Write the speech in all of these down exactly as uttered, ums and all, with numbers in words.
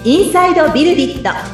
インサイドビルディット。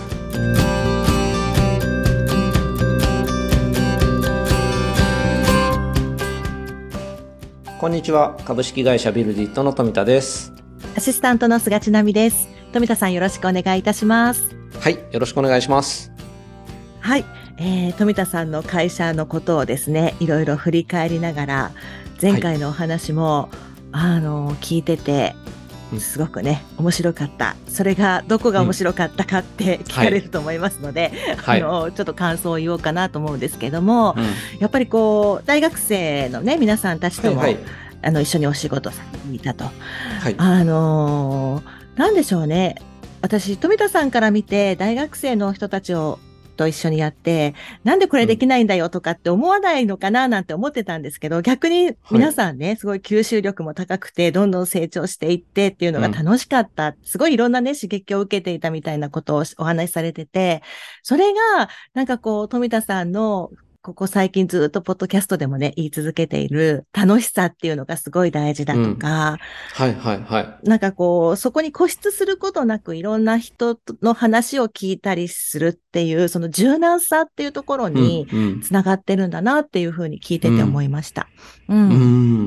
こんにちは。株式会社ビルディットの富田です。 アシスタントの菅千奈美です。富田さん、よろしくお願いいたします。 はい、よろしくお願いします。 はい、えー、富田さんの会社のことをですね、いろいろ振り返りながら、前回のお話も、はい、あの聞いててすごくね、面白かった。それがどこが面白かったかって聞かれると思いますので、うんはい、あのちょっと感想を言おうかなと思うんですけども、うん、やっぱりこう大学生のね皆さんたちとも、はいはい、あの一緒にお仕事されていたと、はい、あのー、なんでしょうね。私富田さんから見て大学生の人たちをと一緒にやってなんでこれできないんだよとかって思わないのかななんて思ってたんですけど、逆に皆さんね、はい、すごい吸収力も高くてどんどん成長していってっていうのが楽しかった、うん、すごいいろんなね刺激を受けていたみたいなことをお話しされてて、それがなんかこう富田さんのここ最近ずっとポッドキャストでもね言い続けている楽しさっていうのがすごい大事だとか、 うん、はいはいはい。 なんかこうそこに固執することなくいろんな人の話を聞いたりするっていうその柔軟さっていうところにつながってるんだなっていうふうに聞いてて思いました。 うん、うん、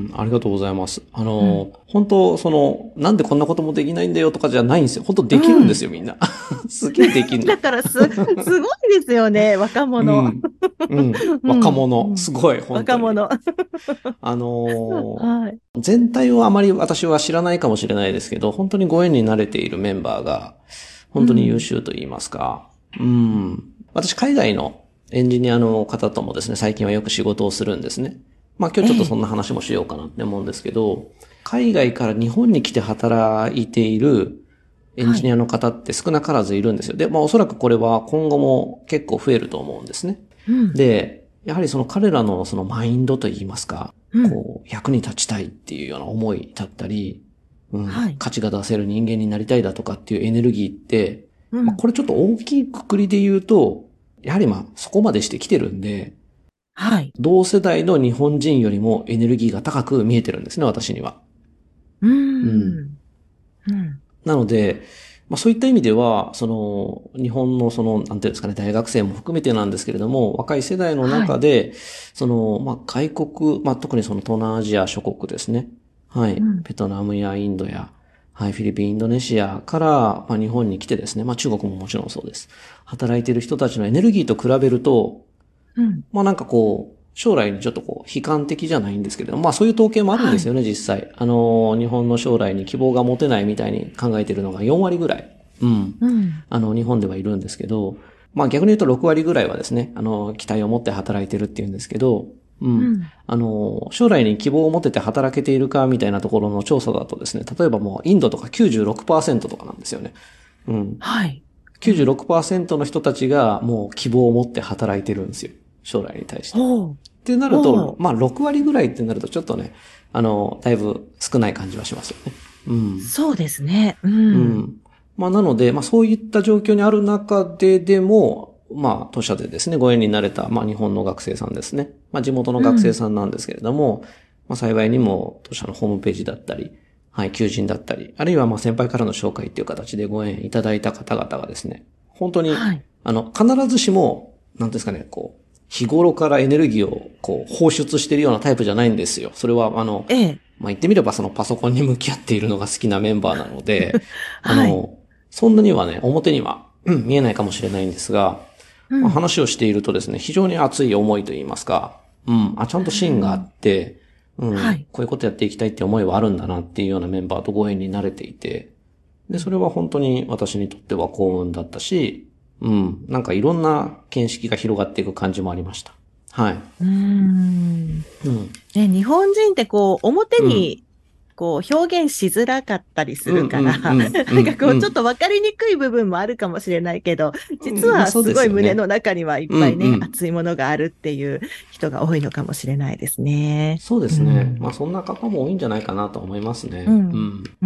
うん、ありがとうございます。あの、うん、本当そのなんでこんなこともできないんだよとかじゃないんですよ。本当できるんですよ、うん、みんな。すげえできる。 だからすすごいですよね、若者。 うんうん、若者、うん、すごい、本当に。 若者。 あのーはい、全体をあまり私は知らないかもしれないですけど、本当にご縁に慣れているメンバーが、本当に優秀と言いますか。うん。うん、私、海外のエンジニアの方ともですね、最近はよく仕事をするんですね。まあ今日ちょっとそんな話もしようかなって思うんですけど、ええ、海外から日本に来て働いているエンジニアの方って少なからずいるんですよ。で、まあおそらくこれは今後も結構増えると思うんですね。うん、で、やはりその彼らのそのマインドといいますか、うん、こう、役に立ちたいっていうような思いだったり、うんはい、価値が出せる人間になりたいだとかっていうエネルギーって、うん、まあこれちょっと大きいくくりで言うと、やはりまあそこまでしてきてるんで、はい。同世代の日本人よりもエネルギーが高く見えてるんですね、私には。 うーん。うんうんなので、まあそういった意味では、その、日本のその、なんていうんですかね、大学生も含めてなんですけれども、若い世代の中で、はい、その、まあ外国、まあ特にその東南アジア諸国ですね。はい。うん、ベトナムやインドや、はい、フィリピン、インドネシアから、まあ日本に来てですね、まあ中国ももちろんそうです。働いている人たちのエネルギーと比べると、うん、まあなんかこう、将来にちょっとこう、悲観的じゃないんですけれども、まあそういう統計もあるんですよね、はい、実際。あの、日本の将来に希望が持てないみたいに考えているのがよんわりぐらい。うん。うん、あの、日本ではいるんですけど、まあ逆に言うとろくわりぐらいはですね、あの、期待を持って働いてるっていうんですけど、うん。うん、あの、将来に希望を持てて働けているかみたいなところの調査だとですね、例えばもうインドとか きゅうじゅうろくパーセント とかなんですよね。うん。はい。きゅうじゅうろくパーセント の人たちがもう希望を持って働いてるんですよ。将来に対して。ってなると、まあろくわりぐらいってなるとちょっとね、あの、だいぶ少ない感じはしますよね。うん。 そうですね。うん。 うん。まあなので、まあそういった状況にある中ででも、まあ当社でですね、ご縁になれた、まあ日本の学生さんですね。まあ地元の学生さんなんですけれども、うん、まあ幸いにも当社のホームページだったり、はい、求人だったり、あるいはまあ先輩からの紹介っていう形でご縁いただいた方々がですね、本当に、はい、あの、必ずしも、なんですかね、こう、日頃からエネルギーをこう放出しているようなタイプじゃないんですよ。それはあの、ええ、まあ言ってみればそのパソコンに向き合っているのが好きなメンバーなので、はい、あの、そんなにはね、表には、うん、見えないかもしれないんですが、うんまあ、話をしているとですね、非常に熱い思いと言いますか、うん、あ、ちゃんと芯があって、うん、はい、こういうことやっていきたいって思いはあるんだなっていうようなメンバーとご縁に慣れていて、で、それは本当に私にとっては幸運だったし、うん。なんかいろんな見識が広がっていく感じもありました。はい。 うーん。うん。ね、日本人ってこう、表に、こう、表現しづらかったりするから、なんかこう、ちょっとわかりにくい部分もあるかもしれないけど、実はすごい胸の中にはいっぱいね、熱いものがあるっていう人が多いのかもしれないですね。 そうですね。うん、まあそんな方も多いんじゃないかなと思いますね。うん。うん。うん、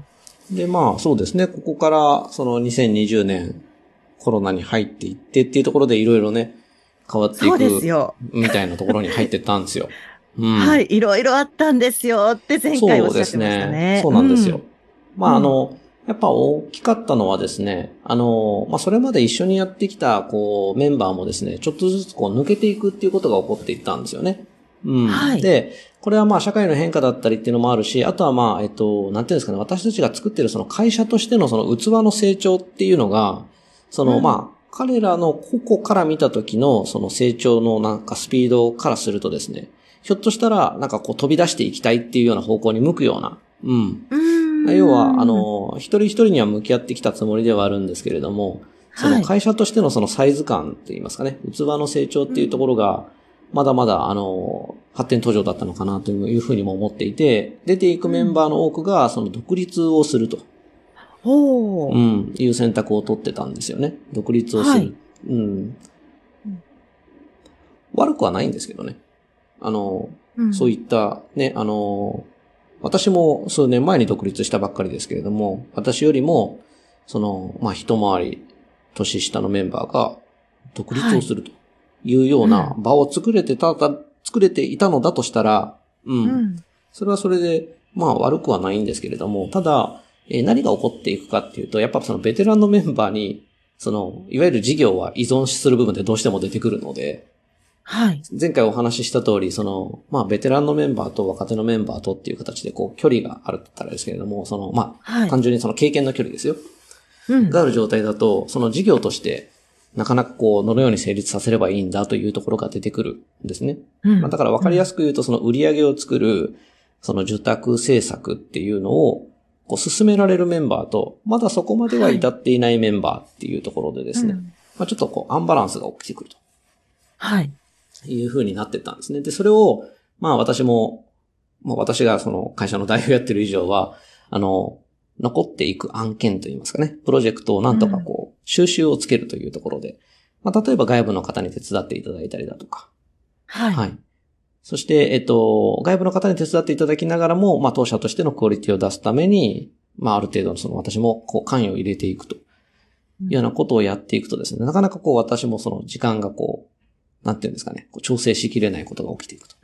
で、まあそうですね。ここからそのにせんにじゅうねん、コロナに入っていってっていうところでいろいろね、変わっていく。 そうですよ。 みたいなところに入ってったんですよ。 うん、はい、いろいろあったんですよって前回おっしゃってましたね。 そうですね。そうなんですよ。うん、まあ、あの、 やっぱ大きかったのはですね、あの、まあ、それまで一緒にやってきた、こう、メンバーもですね、ちょっとずつこう抜けていくっていうことが起こっていったんですよね。うん。 はい。 で、これはまあ社会の変化だったりっていうのもあるし、あとはまあ、えっと、なんていうんですかね、私たちが作ってるその会社としてのその器の成長っていうのが、その、 うん、 まあ、彼らの個々から見た時のその成長のなんかスピードからするとですね、ひょっとしたらなんかこう飛び出していきたいっていうような方向に向くような、うん。 うー要は、あん。 の、一人一人には向き合ってきたつもりではあるんですけれども、そのはい。 会社としてのそのサイズ感って言いますかね、器の成長っていうところが、まだまだ、あの、発展途上だったのかなというふうにも思っていて、出ていくメンうん。 バーの多くが、その独立をすると、 ほう。 うん、いう選択を取ってたんですよね。独立をする。 はい。 うん。 うん。 悪くはないんですけどね。あの、そういうん。 ったね、あの、私も数年前に独立したばっかりですけれども、私よりも、その、まあ、一回り年下のメンバーが独立はい。 をするというよううん。 な場を作れてた、作れていたのだとしたら、うん。 うん。 それはそれで、まあ悪くはないんですけれども、ただ、えー何が起こっていくかっていうと、やっぱそのベテランのメンバーに、その、いわゆる事業は依存する部分でどうしても出てくるので、 はい。 前回お話しした通り、その、まあ、ベテランのメンバーと若手のメンバーとっていう形で、こう、距離があるって言ったらですけれども、その、まあ、 はい。 単純にその経験の距離ですよ。 うん。 がある状態だと、その事業として、なかなかこう、どのように成立させればいいんだというところが出てくるんですね。まあ、 うん。 だから分かりやうん。 すく言うと、その売り上げを作る、その受託政策っていうのを、こう、進められるメンバーと、まだそこまでははい。 至っていないメンバーっていうところでですね、 うん。 まあ、ちょっとこう、アンバランスが起きてくると。 はい。 いう風になってったんですね。で、それを、まあ私も、まあ私がその会社の代表やってる以上は、あの、残っていく案件といいますかね、プロジェクトをなんとかうん。 こう、収集をつけるというところで、まあ例えば外部の方に手伝っていただいたりだとか、 はい。 はい。そして、えっと、外部の方に手伝っていただきながらも、まあ当社としてのクオリティを出すために、まあある程度のその私もこう関与を入れていくというようなことをやっていくとですね、なかなかこう私もその時間がこう、なんていうんですかね、こう調整しきれないことが起きていくと。 うん。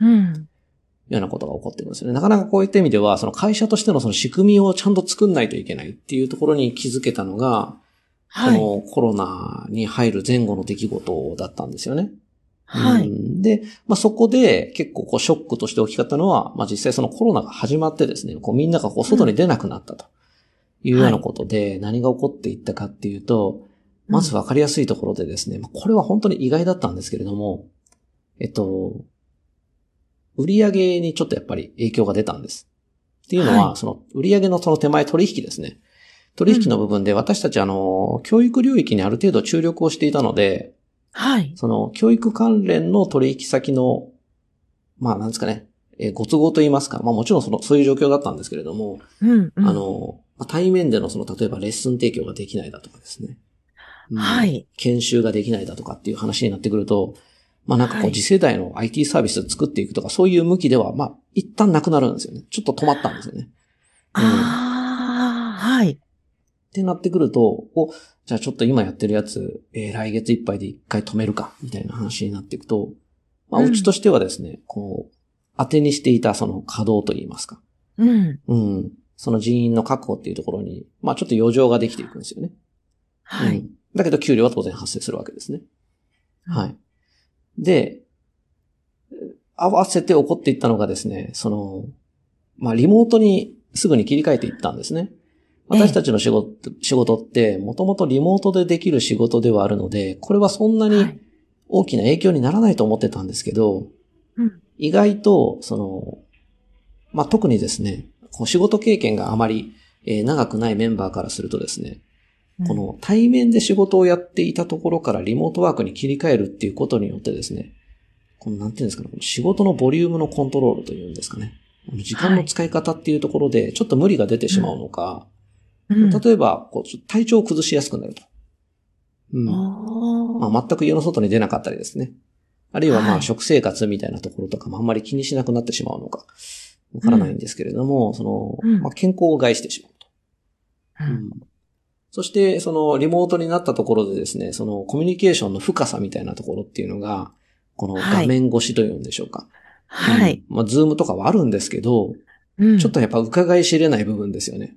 いうようなことが起こっているんですよね。なかなかこういった意味では、その会社としてのその仕組みをちゃんと作んないといけないっていうところに気づけたのが、こはい。 のコロナに入る前後の出来事だったんですよね。うはい。 んで、まあ、そこで結構こうショックとして大きかったのは、まあ、実際そのコロナが始まってですね、こうみんながこううん。 外に出なくなったというようはい。 なことで何が起こっていったかっていうと、まずうん。 わかりやすいところでですね、まあこれは本当に意外だったんですけれども、えっと、売上にちょっとやっぱり影響が出たんです。っていうのは、 はい。 その売上のその手前取引ですね。取引のうん。 部分で私たちあの、教育領域にある程度注力をしていたので、 はい。 その教育関連の取引先の、まあなんですかね、えーご都合と言いますか、まあもちろんその、そういう状況だったんですけれども、 うん。うん。 あの、まあ対面でのその、例えばレッスン提供ができないだとかですね。うん、 はい。 研修ができないだとかっていう話になってくると、まあなんかこう次はい。 世代の アイティー サービスを作っていくとかそういう向きでは、まあ一旦なくなるんですよね。ちょっと止まったんですよね。うん。っああ、はい。 てなってくると、お、じゃあちょっと今やってるやつ、えー来月いっぱいで一回止めるか、みたいな話になっていくと、まあうちとうん。 してはですね、こう、当てにしていたその稼働といいますか。 うん。 うん。その人員の確保っていうところに、まあちょっと余剰ができていくんですよね。うはい。 ん。だけど給料は当然発生するわけですね。 うん。 はい。で、合わせて起こっていったのがですね、その、まあ、リモートにすぐに切り替えていったんですね。 ええ。 私たちの仕事、仕事って、もともとリモートでできる仕事ではあるので、これはそんなにはい。 大きな影響にならないと思ってたんですけど、 うん。 意外と、その、まあ、特にですね、こう仕事経験があまり、えー長くないメンバーからするとですね、 うん。 この対面で仕事をやっていたところからリモートワークに切り替えるっていうことによってですね、このなんていうんですかね、この仕事のボリュームのコントロールというんですかね。時間はい。 の使い方っていうところで、ちょっと無理が出てしまううん。 のか、 うん。 例えば、こう体調を崩しやすくなると。うおん。まあ、 ー。 全く家の外に出なかったりですね。あるいはまあ、 はい。 食生活みたいなところとかもあんまり気にしなくなってしまうのか、わからないんうん。 ですけれども、その、 うん。 まあ、健康を害してしまうと。 うん。 うん。そして、その、リモートになったところでですね、その、コミュニケーションの深さみたいなところっていうのが、この画はい。 面越しというんでしょうか。うん。 はい。 まあ、ズームとかはあるんですけど、 うん。 ちょっとやっぱ伺い知れない部分ですよね。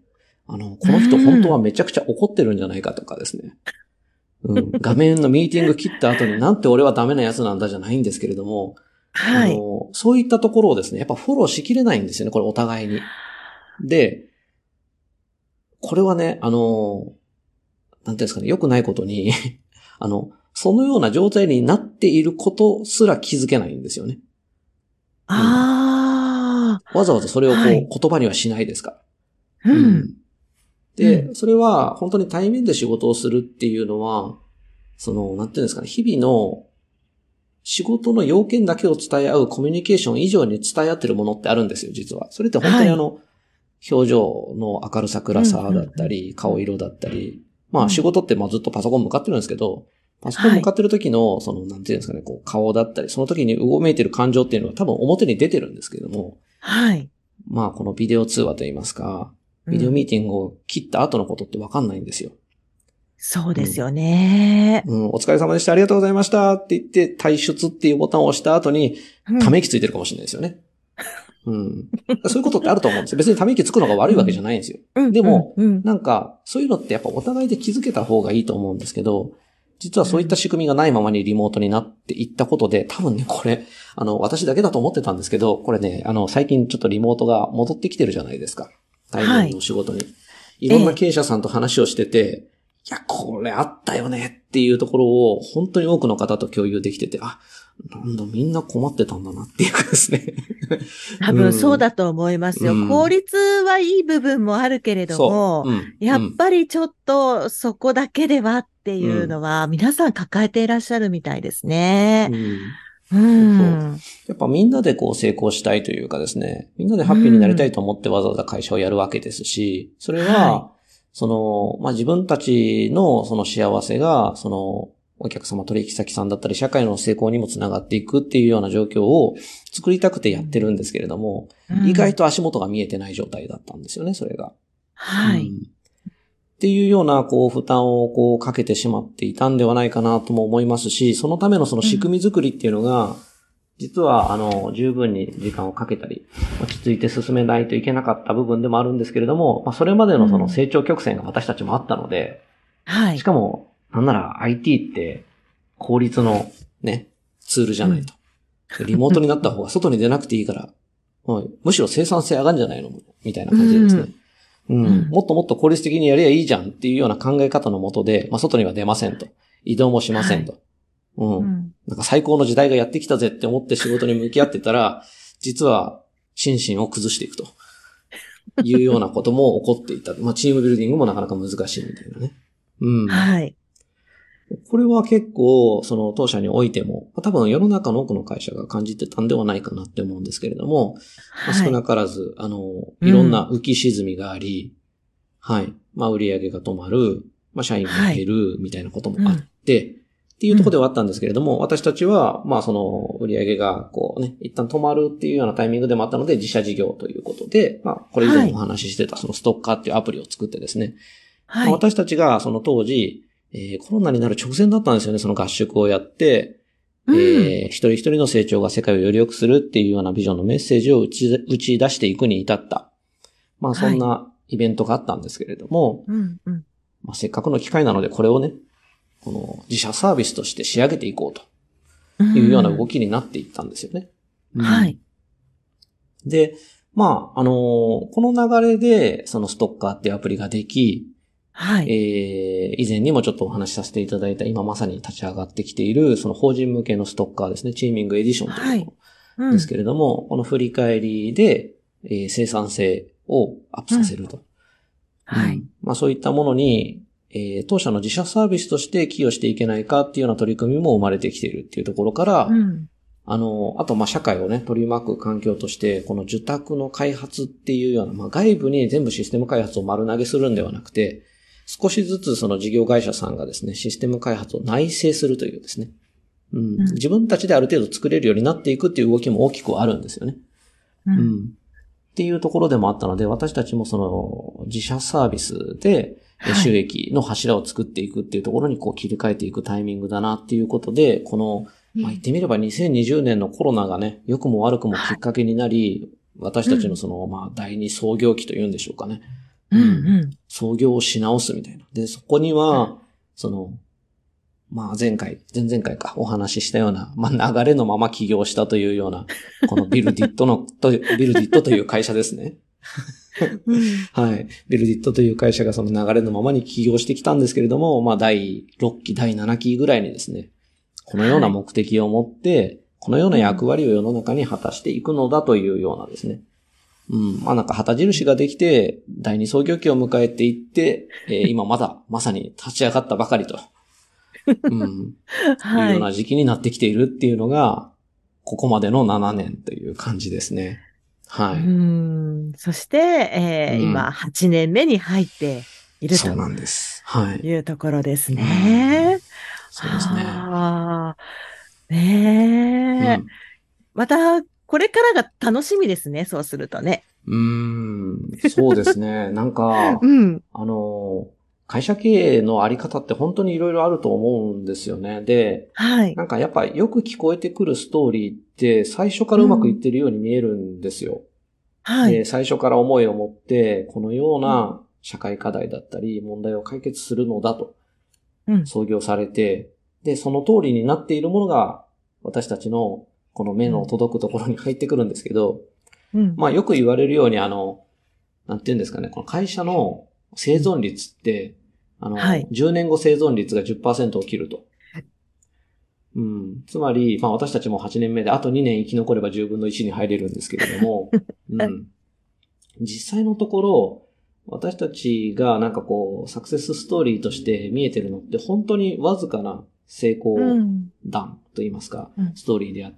あの、この人本当はめちゃくちゃ怒ってるんじゃないかとかですね。うん、画面のミーティング切った後になんて俺はダメなやつなんだじゃないんですけれども、 はい。 あの、そういったところをですね、やっぱフォローしきれないんですよね、これお互いに。で、これはね、あの、なんていうんですかね、良くないことに、あの、そのような状態になっていることすら気づけないんですよね。うん、 ああ。 わざわざそれをはい。 こう言葉にはしないですから。ううん。 ん。で、 うん。 それは本当に対面で仕事をするっていうのは、その、なんていうんですかね、日々の仕事の要件だけを伝え合うコミュニケーション以上に伝え合ってるものってあるんですよ、実は。それって本当はい。 にあの、表情の明るさうん、 暗さうん、うん。 だったり、顔色だったり、まあ仕うん。 事ってまあずっとパソコン向かってるんですけど、パソコンはい。 向かってる時の、その、なんていうんですかね、こう、顔だったり、その時にうごめいてる感情っていうのは多分表に出てるんですけれども、 はい。 まあこのビデオ通話といいますか、ビデオうん。 ミーティングを切った後のことってわかんないんですよ。うん。 そうですよね。 うん、お疲れ様でした、ありがとうございましたって言って、退出っていうボタンを押した後に、 うん。 ため息ついてるかもしれないですよね。うん。そういうことってあると思うんですよ。別にため息つくのが悪いわけじうん。 ゃないんですよ。 うん、うん、 でも、 うん。 なんか、そういうのってやっぱお互いで気づけた方がいいと思うんですけど、実はそういったうん。 仕組みがないままにリモートになっていったことで、多分ね、これ、あの、私だけだと思ってたんですけど、これね、あの、最近ちょっとリモートが戻ってきてるじゃないですか。対面のはい。 仕事に。いええ。 ろんな経営者さんと話をしてて、いや、これあったよねっていうところを本当に多くの方と共有できてて、あ、なんだ、みんな困ってたんだなっていうかですね。 多分そううん。 だと思いますよ。効うん。 率はいい部分もあるけれどそも、 う。うん。 やっうん。 ぱりちょっとそこだけではっていうのうん。 は皆さん抱えていらっしゃるみたいですね。 うん。 うそうそう。 ん。 やっぱみんなでこう成功したいというかですね、みんなでうハッピーになりたいん。 と思ってわざわざ会社をやるわけですし、それはい。 は、その、まあ、自分たちのその幸せが、その、お客様取引先さんだったり、社会の成功にもつながっていくっていうような状況を作りたくてやってるんですけれども、 うん。 意外と足元が見えてない状態だったんですよね、それが。うはい。 ん。っていうような、こう、負担をこう、かけてしまっていたんではないかなとも思いますし、そのためのその仕うん。 組み作りっていうのが、実は、あの、十分に時間をかけたり、落ち着いて進めないといけなかった部分でもあるんですけれども、まあ、それまでのそのうん。 成長曲線が私たちもあったので、 はい。 しかも、なんなら アイティー って効率のね、ツールじゃないと。 うん。 リモートになった方が外に出なくていいから、はい、むしろ生産性上がるんじゃないのみたいなう感じでですね。 ん。 うん。 うん。 もっともっと効率的にやりゃいいじゃんっていうような考え方のもとで、まあ、外には出ませんと。移動もしませはい。 んと。うん。 うん。 なんか最高の時代がやってきたぜって思って仕事に向き合ってたら、実は心身を崩していくというようなことも起こっていた。まあ、チームビルディングもなかなか難しいみたいなね。うん。 はい。 これは結構、その当社においても、多分世の中の多くの会社が感じてたんではないかなって思うんですけれども、まあ、少なはい。 からず、あの、いろんなうん。 浮き沈みがあり、はい。まあ、売り上げが止まる、まあ、社員もはい。 減る、みたいなこともあっうん。 て、っていううん。 ところではあったんですけれども、私たちは、まあ、その、売り上げが、こうね、一旦止まるっていうようなタイミングでもあったので、自社事業ということで、まあ、これ以前はい。 お話ししてた、そのストッカーっていうアプリを作ってですね、まあ、 はい。 私たちが、その当時、えーコロナになる直前だったんですよね、その合宿をやって、 うん。 えー一人一人の成長が世界をより良くするっていうようなビジョンのメッセージを打ち打ち出していくに至った。まあ、そはい。 んなイベントがあったんですけれども、 うん。うん。 まあ、せっかくの機会なので、これをね、この自社サービスとして仕上げていこうとういうような動ん。 きになっていったんですよね。うん。 はい。 で、まあ、あのーこの流れで、そのストッカーっていうアプリができ、 はい。 えー、以前にもちょっとお話しさせていただいた、今まさに立ち上がってきている、その法人向けのストッカーですね、チーミングエディションというはい。 ものですうん。 けれども、この振り返りで、えー生産性をアップうん。 させると。うはい。 ん。まあそういったものに、えー当社の自社サービスとして寄与していけないかっていうような取り組みも生まれてきているっていうところから、 うん。 あの、あと、ま、社会をね、取り巻く環境として、この受託の開発っていうような、まあ、外部に全部システム開発を丸投げするんではなくて、少しずつその事業会社さんがですね、システム開発を内製するというですね、うん、 うん。 自分たちである程度作れるようになっていくっていう動きも大きくあるんですよね。 うん。 うん。っていうところでもあったので、私たちもその自社サービスで収はい。 益の柱を作っていくっていうところにこう切り替えていくタイミングだなっていうことで、この、まあ、言っうん。 てみればにせんにじゅうねんのコロナがね、良くも悪くもきはい。 っかけになり、私たちのうん。 その、まあ、第二創業期というんでしょうかね。 うん、うん。 創業をし直すみたいな。で、そこには、その、まあ前回、前々回かお話ししたような、まあ流れのまま起業したというような、このビルディットの、と、ビルディットという会社ですね。 うん。 はい。ビルディットという会社がその流れのままに起業してきたんですけれども、まあだいろっき、だいななきぐらいにですね、このようなはい。 目的を持って、このような役割を世の中に果たしていくのだというようなですね。うん。まあなんか旗印ができて、第二創業期を迎えていって、えー今まだまさに立ち上がったばかりと。うん。いうはい。 ような時期になってきているっていうのが、ここまでのななねんという感じですね。 うはい。 ん。そして、えー今、 うん。 はちねんめに入っているとそうなんです。はい。 いうところですうん。 ね。 そうですね。 ああ、ねえ。 うん。 また、これからが楽しみですね。そうするとね。 うーん。そうですね。なんか、 うん。 あの、会社経営のあり方って本当にいろいろあると思うんですよね。で、 はい。 なんかやっぱよく聞こえてくるストーリーって最初からうまくいっうん。 てるように見えるんですよ。で、 はい。 最初から思いを持って、このよううん。 な社会課題だったり、問題を解決するのだとうん。 創業されて、で、その通りになっているものが、私たちのこの目のうん。 届くところに入ってくるんですけど、 うん。 まあよく言われるように、あの、なんて言うんですかね、この会社の生うん。 存率って、あの、 はい。 じゅうねんご生存率がじゅっパーセントを切ると。うん。つまり、まあ私たちもはちねんめであとにねん生き残ればじゅうぶんのいちに入れるんですけれども、うん。実際のところ、私たちがなんかこう、サクセスストーリーとして見えてるのって本当にわずかな成う功ん。 談といいますか、 うん。 ストーリーであって、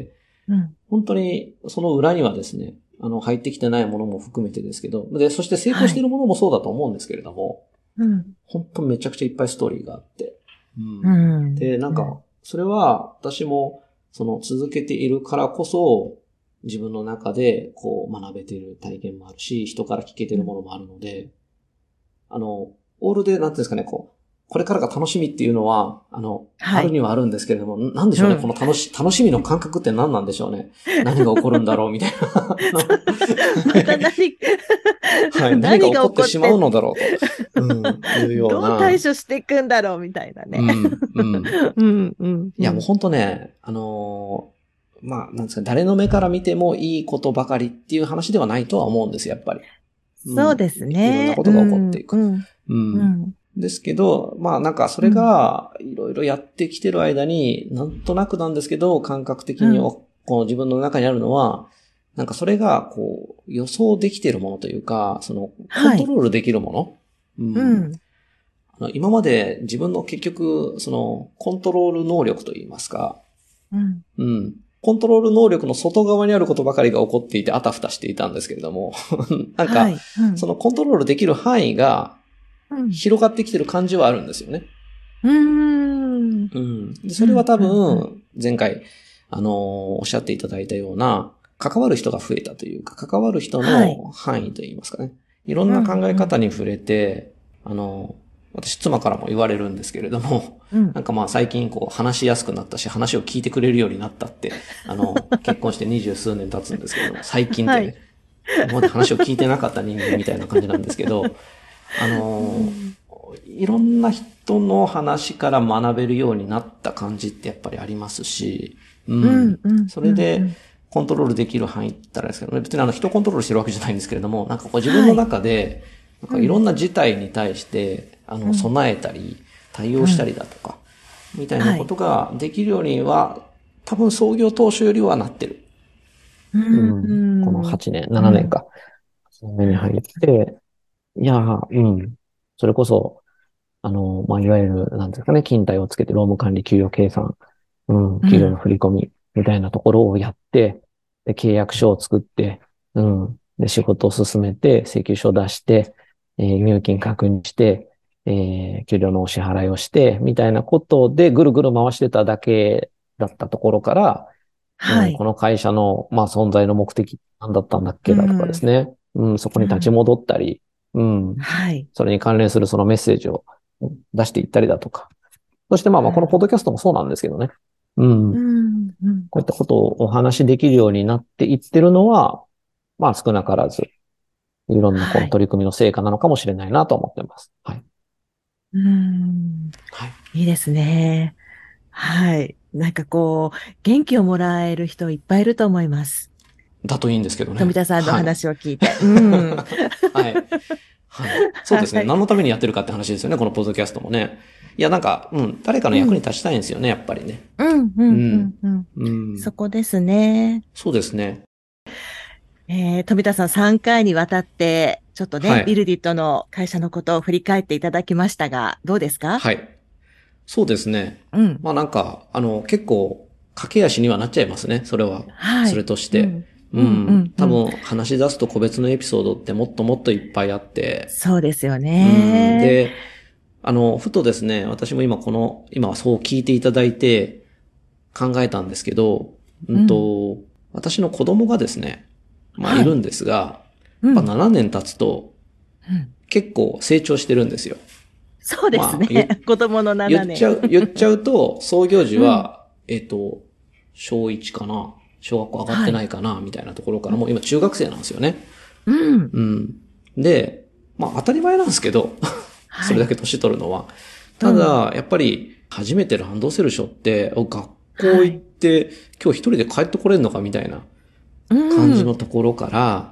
うん。 本当にその裏にはですね、あの、入ってきてないものも含めてですけど、で、そして成功はい。 しているものもそうだと思うんですけれども、 うん。 本当めちゃくちゃいっぱいストーリーがあって、ううん。 ん。 で、なんか、 うん。 それは私もその続けているからこそ、自分の中でこう学べている体験もあるし、人から聞けてるものもあるので、あの、オールで、なんていうんですかね、こう、これからが楽しみっていうのは、あの、あはい。 るにはあるんですけれども、なんでしょうね、こうん。 の楽し、楽しみの感覚って何なんでしょうね。何が起こるんだろうみたいな。あのまた何、 はい、何が何が起起こってしまうこって、 のだろうと、うん、いうようどう対な、 処していくんだろうみたいなね。 うん、うん。 うん、うん、 いや、もううん。 本当ね、あのーまあ、なんですか、誰の目から見てもいいことばかりっていう話ではないとは思うんですよ、やっぱり。うん。 そうですいろんなね。 ことが起こっうん、 ていく。 うん、 うん。 うん、 ですけど、まあなんかそれうん、 がいろいろやってきてる間に、なんとなくなんですけど、感覚的にうん。 こう自分の中にあるのは、なんかそれがこう予想できているものというか、そのコンはい。 トロールできるもの。ううん。 ん、 あの今まで自分の結局、そのコントロール能力といいますか、 うん。 うん。コントロール能力の外側にあることばかりが起こっていて、あたふたしていたんですけれども、なんか、 はい。うん、 そのコントロールできる範囲がうん、 広がってきてる感じはあるんですよね。 うーん、 うん。で、 うん、 それは多うん、うん。 分、前回、あのーおっしゃっていただいたような、関わる人が増えたというか、関わる人はい。 の範囲といいますかね。いろんな考うん、うん、 え方に触れて、あのー私、妻からも言われるんですけれども、 うん。 なんかまあ最近こう話しやすくなったし、話を聞いてくれるようになったって、あの、結婚して二十数年経つんですけれども、最近ってはい。 ね、今まで話を聞いてなかった人間みたいな感じなんですけど、あうのん、 いろんな人の話から学べるようになった感じってやっぱりありますし、ううん、 ん。 うん、 そうん、うれでん。 コントロールできる範囲って言ったらですけどね、別にあの人コントロールしてるわけじゃないんですけれども、なんかこう自分のはい。 中で、なんかいろうん、 んな事態に対して、あの、 うん、 備えたり、対応したうん。 りだとか、みたいなはい。 ことができるようには、多分創業当初よりはなってる。 ううん。このん、 はちねん、 うん、 ななねんか。その目に入って、いやー、うん。それこそ、あの、まあ、いわゆる、なんですかね、勤怠をつけて労務管理、給与計算、うん、給与のうん。 振り込み、みたいなところをやって、で、契約書を作って、うん、で、仕事を進めて、請求書を出して、えー入金確認して、えー給料のお支払いをして、みたいなことで、ぐるぐる回してただけだったところから、うん、こはい。 の会社の、まあ、存在の目的、何だったんだっうけだとかですん、 ね。うん、そこに立ちうん。 戻ったり、うん、 はい。 それに関連するそのメッセージを出していったりだとか。そしてまあまあ、このポッうん、 ドキャストもそうなんですけどね。うん。 うん、うん。 こういったことをお話しできるようになっていってるのは、まあ少なからず、 いろんなこはい。 の取り組みの成果なのかもしれないなと思ってます。はい。 うーん。 はい。 いいですね。はい。なんかこう、元気をもらえる人いっぱいいると思います。 だといいんですけどね。 富田さんのはい。 話を聞いて。うん。 はい。はい。そうですね。 はい。 何のためにやってるかって話ですよね、このポッドキャストもね。いや、なんか、うん、誰かのうん。 役に立ちたいんですよね、やっぱりね。 うん、うん、ううん。 ん、うん。 うん。 そこですね。 そうですね。 えー、富田さんさんかいにわたって、ちょっとね、ビはい。 ルディットの会社のことを振り返っていただきましたが、どうですか？ はい。そうですね。 うん。 まあなんか、あの、結構、駆け足にはなっちゃいますね、それは。それはい。 として。 うん。 ううん、うん。 ん、うん。 多分、話し出すと個別のエピソードってもっともっといっぱいあって。 そうですようん。 ね。 で、あの、ふとですね、私も今この、今はそう聞いていただいて考えたんですけど、うんうん。 と、私の子供がですね、まあいはい。 るんですが、やっぱうん。 ななねん経つとうん。 結構成長してるんですよ。 そうですね。 まあ言っ、 子供の7年。 言っちゃう、言っちゃうと、創業時うん。 は、えっと、小いちかな、小学校上がっはい。 てないかな、みたいなところから、もう今中学生なんですよね。 うん。 うん。で、まあ当たり前なんですけど、そはい。 れだけ年取るのは。 うん。 ただ、やっぱり、初めてランドセル背負って、お学校行っはい。 て、今日一人で帰ってこれるのかみたいなう感じのん。 ところから、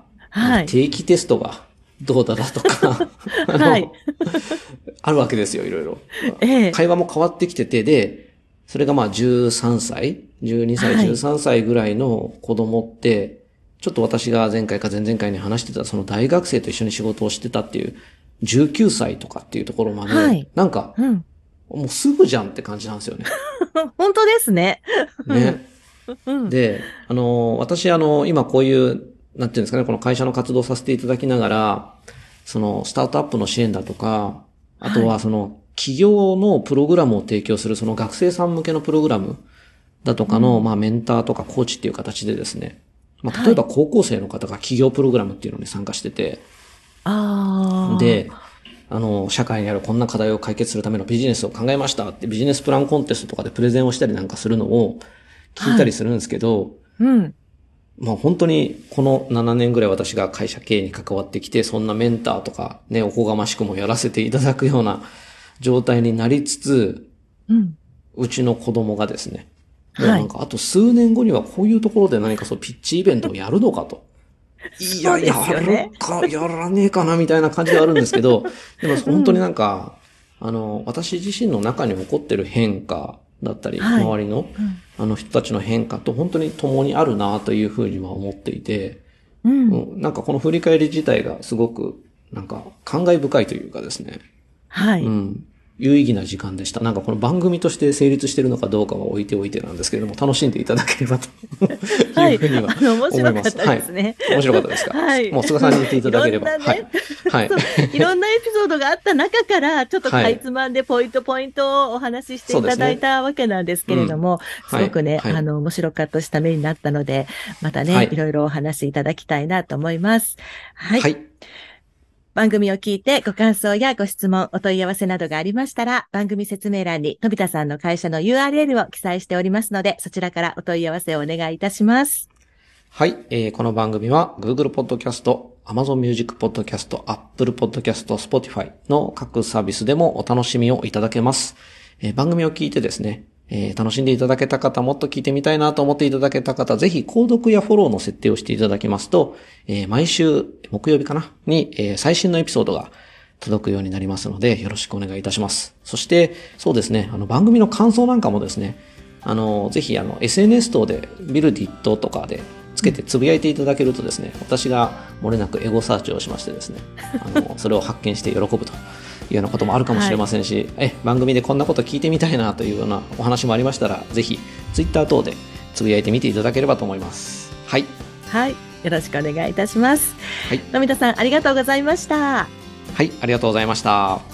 あの、 はい。 定期テストがどうだだとか、あはい。 の、あるわけですよ、いろいろ。 ええ。 会話も変わってきてて、で、それがまあじゅうさんさい、じゅうにさい、 はい。 じゅうさんさいぐらいの子供って、ちょっと私が前回か前々回に話してた、その大学生と一緒に仕事をしてたっていう、じゅうきゅうさいとかっていうところまで、 はい。 なんか、 うん。 もうすぐじゃんって感じなんですよね。 本当ですね。うん。 ね。 うん。 で、あの、私あの、今こういう、なんていうんですかね、この会社の活動させていただきながら、その、スタートアップの支援だとか、あとはい。 はその、企業のプログラムを提供するその学生さん向けのプログラムだとかの、 うん。 まあメンターとかコーチっていう形でですね、まあ例えばはい。 高校生の方が企業プログラムっていうのに参加してて、で、 ああ。 あの、社会にあるこんな課題を解決するためのビジネスを考えましたってビジネスプランコンテストとかでプレゼンをしたりなんかするのを聞いはい。 たりするんですけど、 うん。 まあ本当にこのななねんぐらい私が会社経営に関わってきて、そんなメンターとかね、おこがましくもやらせていただくような状態になりつつ、 うん。 うちの子供がですね、もうはい。 なんかあと数年後にはこういうところで何かそうピッチイベントをやるのかと。いや、 そうですやよね。 るか、やらねえかなみたいな感じではあるんですけど、でも本当にうん。 なんか、あの、私自身の中に起こってる変化だったり、 はい。 周りのうん。 あの人たちの変化と本当に共にあるなというふうには思っていて、 うん。 うん、なんかこの振り返り自体がすごく、なんか感慨深いというかですね、 はい。 うん、有意義な時間でした。なんかこの番組として成立しているのかどうかは置いておいてなんですけれども、楽しんでいただければというはい。 ふうにはあの、面思います。 白かったはい。 ですね。 面白かったですか？ はい。 もう菅さんに言っていたいろだければ。 んなね、 はい。はい。 そう、いろんなエピソードがあった中から、ちょっとかいはい。 つまんでポイントポイントをお話ししていただいそうですね。 たわけなんですけうん。 れども、すはい。 ごくね、 はい。 あの、面白かったしためになったので、またね、いろはい。 いろお話しいただきたいなと思います。はい。 はい。 番組を聞いてご感想やご質問、お問い合わせなどがありましたら、番組説明欄に飛田さんの会社の ユーアールエル を記載しておりますので、そちらからお問い合わせをお願いいたします。 はい。えー、この番組は Google Podcast、Amazon Music Podcast、Apple Podcast、Spotify の各サービスでもお楽しみをいただけます。えー、番組を聞いてですね、えー、楽しんでいただけた方、もっと聞いてみたいなと思っていただけた方、ぜひ購読やフォローの設定をしていただきますと、えー、毎週木曜日かなに、えー、最新のエピソードが届くようになりますので、よろしくお願いいたします。そして、そうですね、あの番組の感想なんかもですね、あの、ぜひあの エスエヌエス 等でビルディットとかでつけてつぶやいていただけるとですね、私が漏れなくエゴサーチをしましてですね、あの、それを発見して喜ぶというようなこともあるかもしれはい。 ませんし、え、番組でこんなこと聞いてみたいなというようなお話もありましたら、ぜひ Twitter 等でつぶやいてみていただければと思います。はい。 はい。よろしくお願いいたします。 はい。 富田さん、ありがとうございました。 はい、ありがとうございました。